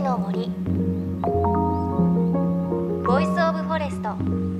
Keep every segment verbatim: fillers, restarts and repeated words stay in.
の森ボイスオブフォレスト。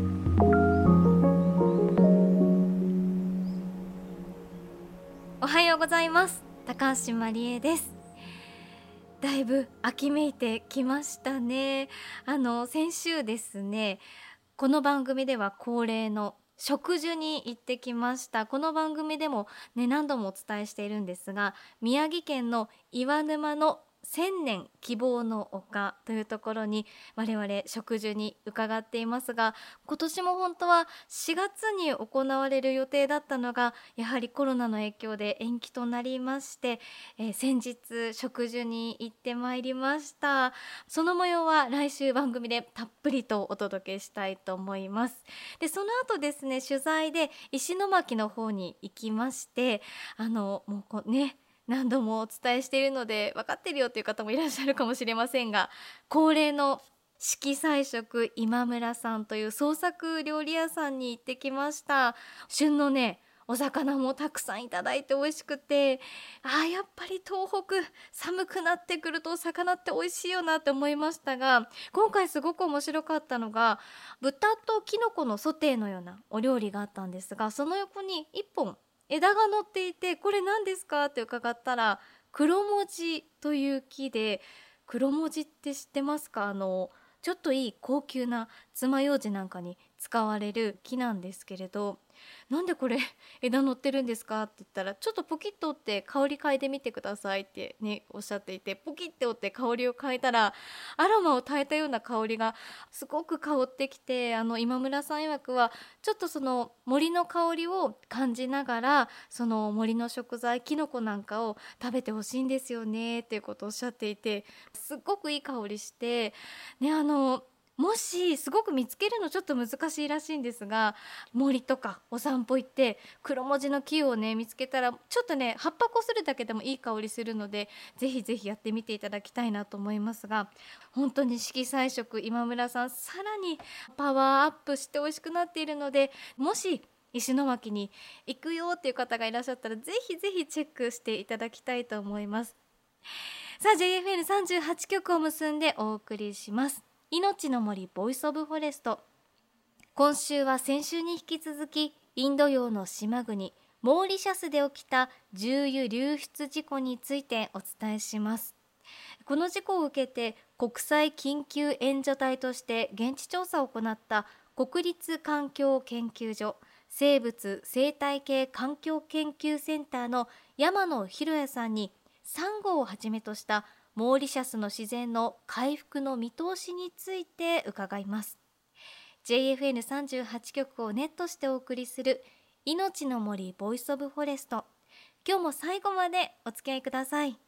おはようございます。高橋真理恵です。だいぶ秋めいてきましたね。あの先週ですね、この番組では恒例の植樹に行ってきました。この番組でもね、何度もお伝えしているんですが、宮城県の岩沼の千年希望の丘というところに我々植樹に伺っていますが、今年も本当はしがつに行われる予定だったのがやはりコロナの影響で延期となりまして、えー先日植樹に行ってまいりました。その模様は来週番組でたっぷりとお届けしたいと思います。でその後ですね、取材で石巻の方に行きまして、あのもうこうね何度もお伝えしているので分かってるよという方もいらっしゃるかもしれませんが、恒例の色彩食今村さんという創作料理屋さんに行ってきました。旬のねお魚もたくさんいただいて美味しくて、あーやっぱり東北寒くなってくるとお魚って美味しいよなって思いましたが、今回すごく面白かったのが豚とキノコのソテーのようなお料理があったんですが、その横にいっぽん枝が乗っていて、これ何ですかって伺ったら、黒文字という木で、黒文字って知ってますか？あのちょっといい高級な爪楊枝なんかに使われる木なんですけれど、なんでこれ枝乗ってるんですかって言ったら、ちょっとポキッと折って香り嗅いでみてくださいってねおっしゃっていて、ポキッて折って香りを嗅いだらアロマを焚いたような香りがすごく香ってきて、あの今村さん曰くはちょっとその森の香りを感じながら、その森の食材キノコなんかを食べてほしいんですよねっていうことをおっしゃっていて、すっごくいい香りしてね、あのもしすごく見つけるのちょっと難しいらしいんですが、森とかお散歩行って黒文字の木をね見つけたら、ちょっとね葉っぱこするだけでもいい香りするので、ぜひぜひやってみていただきたいなと思いますが、本当に色彩食今村さんさらにパワーアップして美味しくなっているので、もし石巻に行くよっていう方がいらっしゃったら、ぜひぜひチェックしていただきたいと思います。さあ ジェイエフエヌさんじゅうはち 曲を結んでお送りします。命の森ボイスオブフォレスト。今週は先週に引き続き、インド洋の島国モーリシャスで起きた重油流出事故についてお伝えします。この事故を受けて国際緊急援助隊として現地調査を行った国立環境研究所生物生態系環境研究センターの山野博也さんに、サンゴをはじめとしたモーリシャスの自然の回復の見通しについて伺います。 ジェイエフエヌさんじゅうはち 局をネットしてお送りする命の森ボイスオブフォレスト。今日も最後までお付き合いください。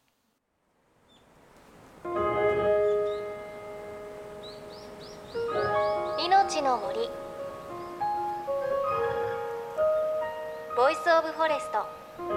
命の森ボイスオブフォレスト。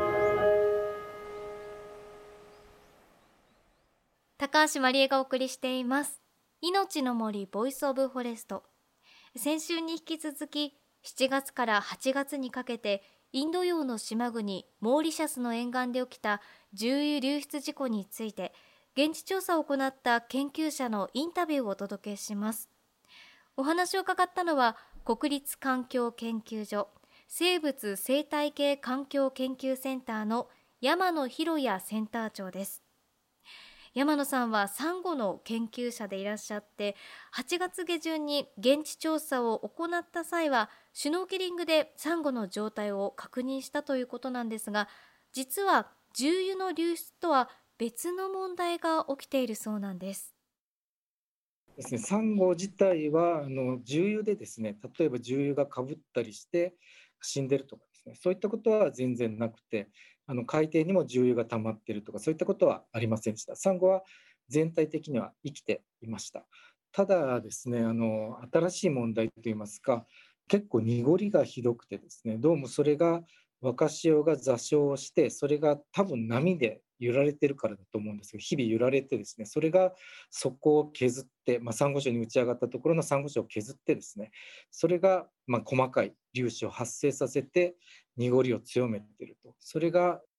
高橋真理恵がお送りしています命の森ボイスオブフォレスト。先週に引き続きしちがつからはちがつにかけてインド洋の島国モーリシャスの沿岸で起きた重油流出事故について、現地調査を行った研究者のインタビューをお届けします。お話を伺ったのは国立環境研究所生物生態系環境研究センターの山野博也センター長です。山野さんはサンゴの研究者でいらっしゃって、はちがつ下旬に現地調査を行った際はシュノーケリングでサンゴの状態を確認したということなんですが、実は重油の流出とは別の問題が起きているそうなんです。 ですね、サンゴ自体はあの重油でですね、例えば重油がかぶったりして死んでるとかですね、そういったことは全然なくて、あの海底にも重油が溜まってるとかそういったことはありませんでした。サンゴは全体的には生きていました。ただですね、あの新しい問題といいますか、結構濁りがひどくてですね、どうもそれが若潮が座礁をして、それが多分波で揺られてるからだと思うんですけど、日々揺られてですね、それが底を削って、まあ、サンゴ礁に打ち上がったところのサンゴ礁を削ってですね、それがまあ細かい粒子を発生させて濁りを強めていると。それが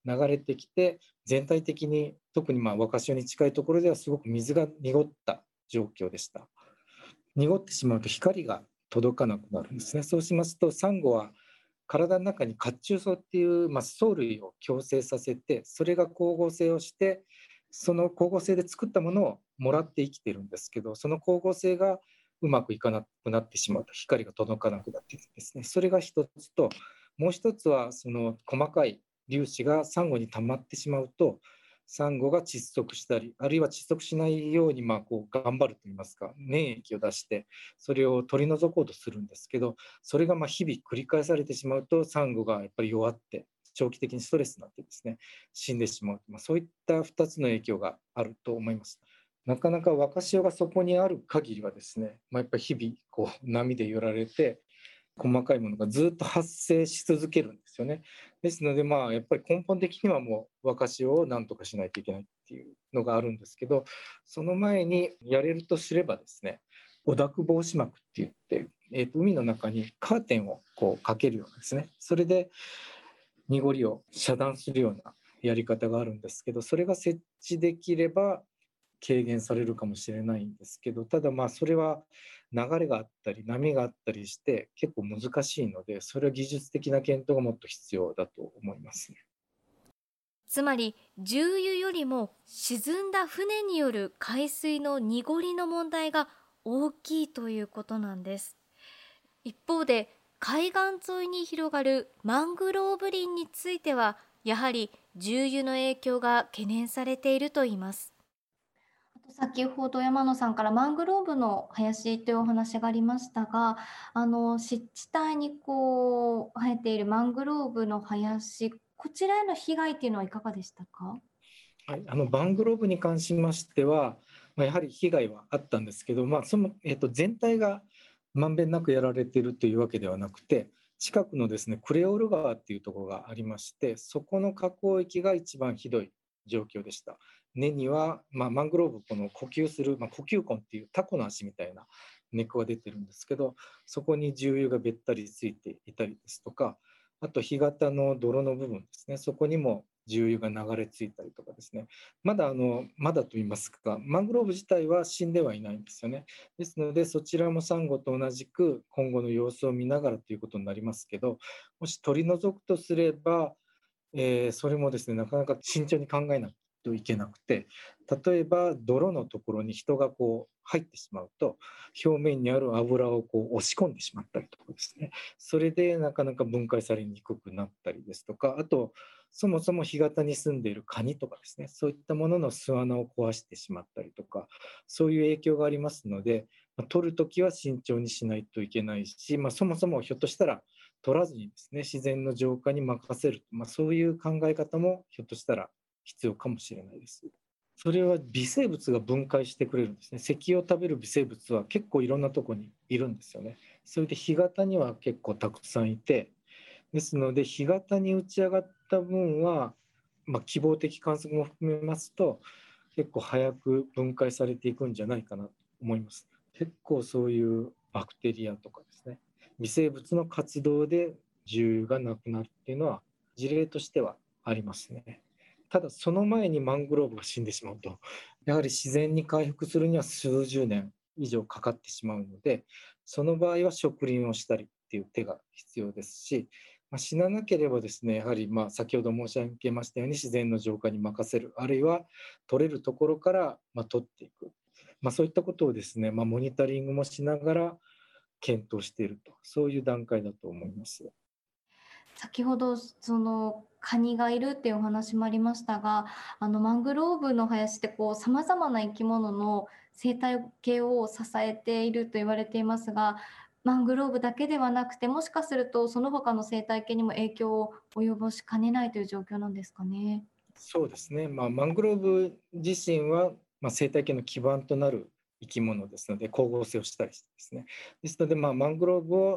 流れてきて、全体的に特にまあ若潮に近いところではすごく水が濁った状況でした。濁ってしまうと光が届かなくなるんですね。そうしますとサンゴは体の中に褐虫藻っていう、まあ、藻類を共生させて、それが光合成をして、その光合成で作ったものをもらって生きてるんですけど、その光合成がうまくいかなくなってしまうと、光が届かなくなってですね、それが一つと、もう一つはその細かい粒子がサンゴに溜まってしまうと、サンゴが窒息したり、あるいは窒息しないようにまあこう頑張るといいますか、粘液を出してそれを取り除こうとするんですけど、それがまあ日々繰り返されてしまうと、サンゴがやっぱり弱って、長期的にストレスになってですね、死んでしまう、まあ、そういったふたつの影響があると思います。なかなか若潮がそこにある限りはですね、まあ、やっぱり日々こう波で揺られて、細かいものがずっと発生し続けるんですよね。ですので、まあ、やっぱり根本的にはもう若潮をなんとかしないといけないっていうのがあるんですけど、その前にやれるとすればですね、汚濁防止膜って言って、えーと、海の中にカーテンをこうかけるようなですね、それで濁りを遮断するようなやり方があるんですけど、それが設置できれば軽減されるかもしれないんですけど、ただまあそれは流れがあったり波があったりして結構難しいので、それは技術的な検討がもっと必要だと思いますね。 つまり重油よりも沈んだ船による海水の濁りの問題が大きいということなんです。一方で海岸沿いに広がるマングローブ林についてはやはり重油の影響が懸念されているといいます。先ほど山野さんからマングローブの林というお話がありましたが、あの湿地帯にこう生えているマングローブの林、こちらへの被害っていうのはいかがでしたか？ はい、あのバングローブに関しましては、まあ、やはり被害はあったんですけど、まあそのえっと、全体がまんべんなくやられているというわけではなくて、近くのですねクレオール川っていうところがありまして、そこの河口域が一番ひどい状況でした。根には、まあ、マングローブこの呼吸する、まあ、呼吸根っていうタコの足みたいな根っこが出てるんですけど、そこに重油がべったりついていたりですとか、あと干潟の泥の部分ですね、そこにも重油が流れ着いたりとかですね、まだあのまだと言いますか、マングローブ自体は死んではいないんですよね。ですので、そちらもサンゴと同じく今後の様子を見ながらということになりますけど、もし取り除くとすれば、えーそれもですね、なかなか慎重に考えないといけなくて、例えば泥のところに人がこう入ってしまうと、表面にある油をこう押し込んでしまったりとかですね、それでなかなか分解されにくくなったりですとか、あと、そもそも干潟に住んでいるカニとかですね、そういったものの巣穴を壊してしまったりとか、そういう影響がありますので、まあ取るときは慎重にしないといけないし、まあ、そもそもひょっとしたら取らずにですね、自然の浄化に任せる、まあ、そういう考え方もひょっとしたら必要かもしれないです。それは微生物が分解してくれるんですね。石を食べる微生物は結構いろんなところにいるんですよね。それで干潟には結構たくさんいて、ですので干潟に打ち上がった分は、まあ、希望的観測も含めますと、結構早く分解されていくんじゃないかなと思います。結構そういうバクテリアとかですね、微生物の活動で重油がなくなるっていうのは事例としてはありますね。ただその前にマングローブが死んでしまうと、やはり自然に回復するには数十年以上かかってしまうので、その場合は植林をしたりっていう手が必要ですし、まあ、死ななければですね、やはりまあ先ほど申し上げましたように自然の浄化に任せる、あるいは取れるところからまあ取っていく、まあ、そういったことをですね、まあ、モニタリングもしながら検討していると、そういう段階だと思います。 先ほどそのカニがいるっていうお話もありましたが、あのマングローブの林ってこう様々な生き物の生態系を支えていると言われていますが、マングローブだけではなくて、もしかするとその他の生態系にも影響を及ぼしかねないという状況なんですかね。 そうですね、まあ、マングローブ自身は、まあ、生態系の基盤となる生き物ですので、光合成をしたりしてですね。ですので、まあ、マングローブを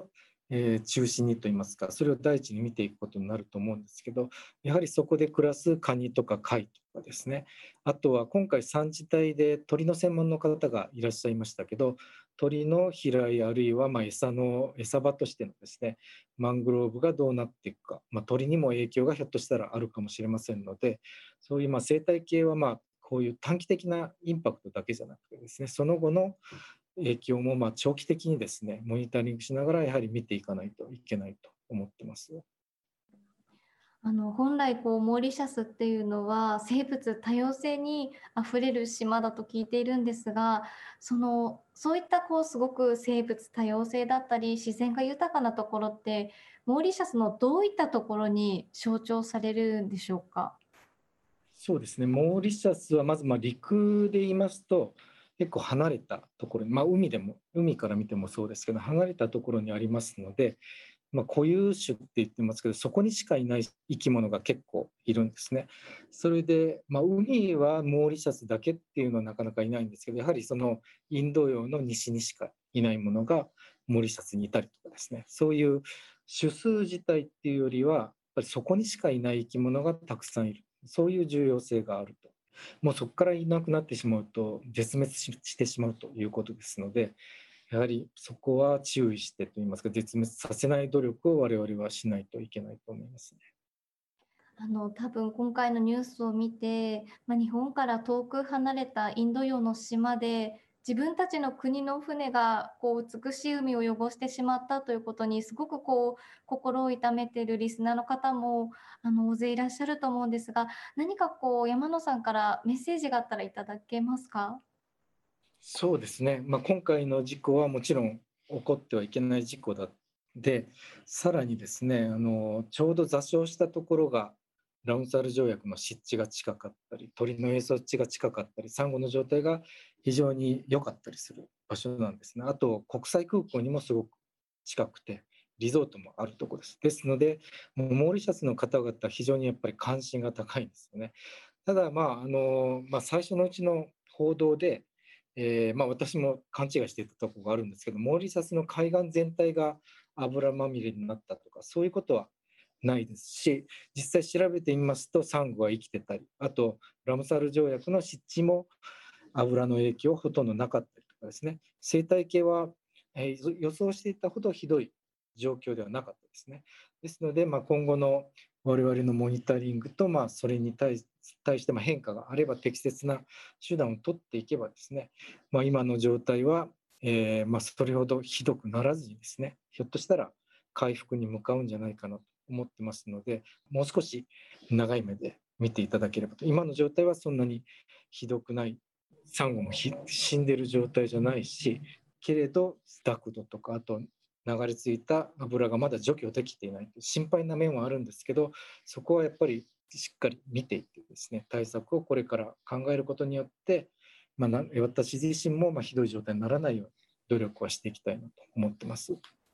えー中心にといいますか、それを第一に見ていくことになると思うんですけど、やはりそこで暮らすカニとか貝とかですね、あとは今回さんじたいで鳥の専門の方がいらっしゃいましたけど、鳥の飛来あるいはまあ餌の餌場としてのですね、マングローブがどうなっていくか、まあ、鳥にも影響がひょっとしたらあるかもしれませんので、そういうまあ生態系はまあこういう短期的なインパクトだけじゃなくてですね、その後の影響もまあ長期的にですね、モニタリングしながらやはり見ていかないといけないと思ってます。 あの本来こうモーリシャスっていうのは生物多様性にあふれる島だと聞いているんですが、そのそういったこうすごく生物多様性だったり自然が豊かなところってモーリシャスのどういったところに象徴されるんでしょうか？ そうですね、モーリシャスはまずまあ陸で言いますと、結構離れたところに、まあ、海でも、海から見てもそうですけど、離れたところにありますので、まあ、固有種って言ってますけど、そこにしかいない生き物が結構いるんですね。それで、まあ、海はモーリシャスだけっていうのはなかなかいないんですけど、やはりそのインド洋の西にしかいないものがモーリシャスにいたりとかですね、そういう種数自体っていうよりは、やっぱりそこにしかいない生き物がたくさんいる。そういう重要性があると。もうそこからいなくなってしまうと、絶滅してしまうということですので、やはりそこは注意してといいますか、絶滅させない努力を我々はしないといけないと思いますね。 あの多分今回のニュースを見て、まあ、日本から遠く離れたインド洋の島で自分たちの国の船がこう美しい海を汚してしまったということにすごくこう心を痛めているリスナーの方もあの大勢いらっしゃると思うんですが、何かこう山野さんからメッセージがあったらいただけますか？ そうですね、まあ、今回の事故はもちろん起こってはいけない事故だで、さらにですね、あのちょうど座礁したところがラムサール条約の湿地が近かったり、鳥の営巣地が近かったり、サンゴの状態が非常に良かったりする場所なんですね。あと、国際空港にもすごく近くて、リゾートもあるところです。ですので、もうモーリシャスの方々は非常にやっぱり関心が高いんですよね。ただ、まああのまあ、最初のうちの報道で、えーまあ、私も勘違いしていたところがあるんですけど、モーリシャスの海岸全体が油まみれになったとか、そういうことはないですし、実際調べてみますと、サンゴは生きてたり、あと、ラムサール条約の湿地も油の影響ほとんどなかったりとかですね、生態系は、えー予想していたほどひどい状況ではなかったですね。ですので、まあ、今後の我々のモニタリングと、まあ、それに対対してまあ変化があれば適切な手段を取っていけばですね、まあ、今の状態は、えーまあ、それほどひどくならずにですね、ひょっとしたら回復に向かうんじゃないかなと思ってますので、もう少し長い目で見ていただければと。今の状態はそんなにひどくない、サンゴも死んでる状態じゃないし、けれど濁度とか、あと流れ着いた油がまだ除去できていないという心配な面はあるんですけど、そこはやっぱりしっかり見ていってですね、対策をこれから考えることによって、まあ、私自身もまあひどい状態にならないように努力はしていきたいなと思ってます。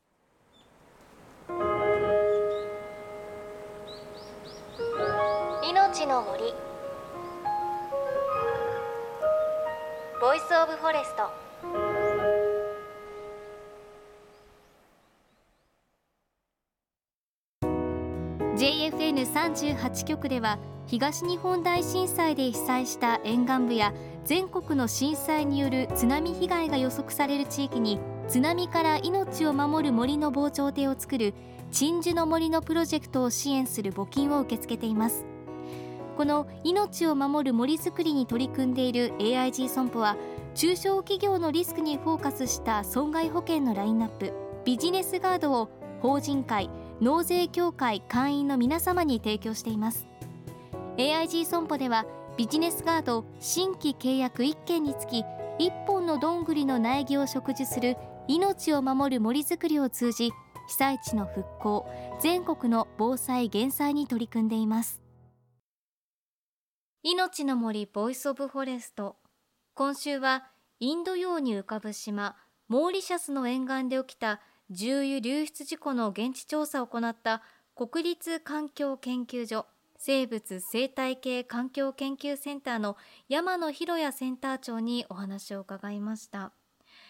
命の森ボイスオブフォレスト。ジェイエフエヌさんじゅうはち 局では東日本大震災で被災した沿岸部や全国の震災による津波被害が予測される地域に津波から命を守る森の防潮堤を作る鎮守の森のプロジェクトを支援する募金を受け付けています。この命を守る森づくりに取り組んでいる エーアイジー 損保は中小企業のリスクにフォーカスした損害保険のラインナップビジネスガードを法人会納税協会会員の皆様に提供しています。 エーアイジー 損保ではビジネスガード新規契約いっけんにつきいっぽんのどんぐりの苗木を植樹する命を守る森づくりを通じ被災地の復興、全国の防災減災に取り組んでいます。命の森ボイスオブフォレスト。今週はインド洋に浮かぶ島モーリシャスの沿岸で起きた重油流出事故の現地調査を行った国立環境研究所生物生態系環境研究センターの山野博也センター長にお話を伺いました。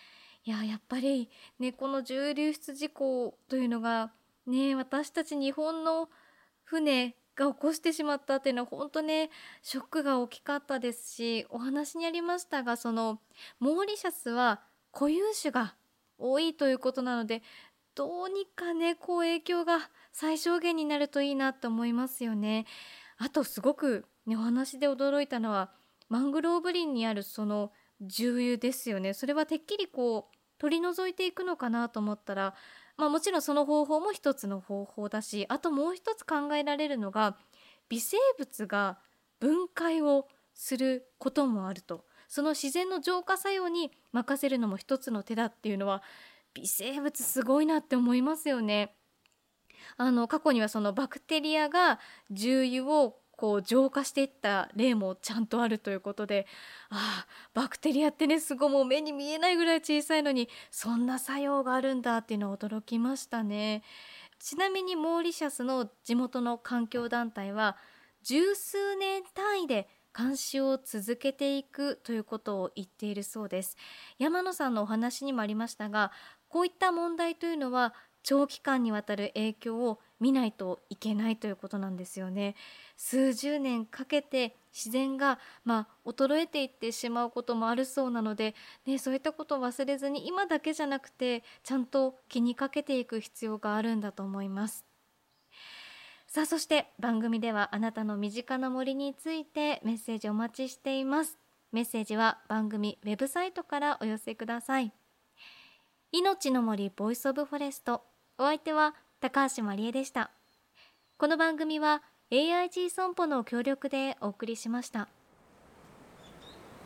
いややっぱりね、この重流出事故というのがね、私たち日本の船が起こしてしまったっていうのは本当ね、ショックが大きかったですし、お話にありましたが、そのモーリシャスは固有種が多いということなので、どうにかね、こう影響が最小限になるといいなと思いますよね。あとすごくね、お話で驚いたのは、マングローブ林にあるその重油ですよね。それはてっきりこう取り除いていくのかなと思ったら、まあ、もちろんその方法も一つの方法だし、あともう一つ考えられるのが、微生物が分解をすることもあると。その自然の浄化作用に任せるのも一つの手だっていうのは、微生物すごいなって思いますよね。あの過去にはそのバクテリアが重油をこう浄化していった例もちゃんとあるということで、ああバクテリアってね、すごいもう目に見えないぐらい小さいのにそんな作用があるんだっていうのは驚きましたね。ちなみにモーリシャスの地元の環境団体は十数年単位で監視を続けていくということを言っているそうです。山野さんのお話にもありましたが、こういった問題というのは長期間にわたる影響を見ないといけないということなんですよね。数十年かけて自然が、まあ、衰えていってしまうこともあるそうなので、ね、そういったことを忘れずに今だけじゃなくてちゃんと気にかけていく必要があるんだと思います。さあ、そして番組ではあなたの身近な森についてメッセージお待ちしています。メッセージは番組ウェブサイトからお寄せください。命の森ボイスオブフォレスト、お相手は高橋まりえでした。この番組は エーアイジー 損保の協力でお送りしました。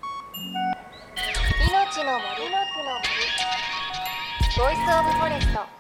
命の森ボイスオブフォレスト。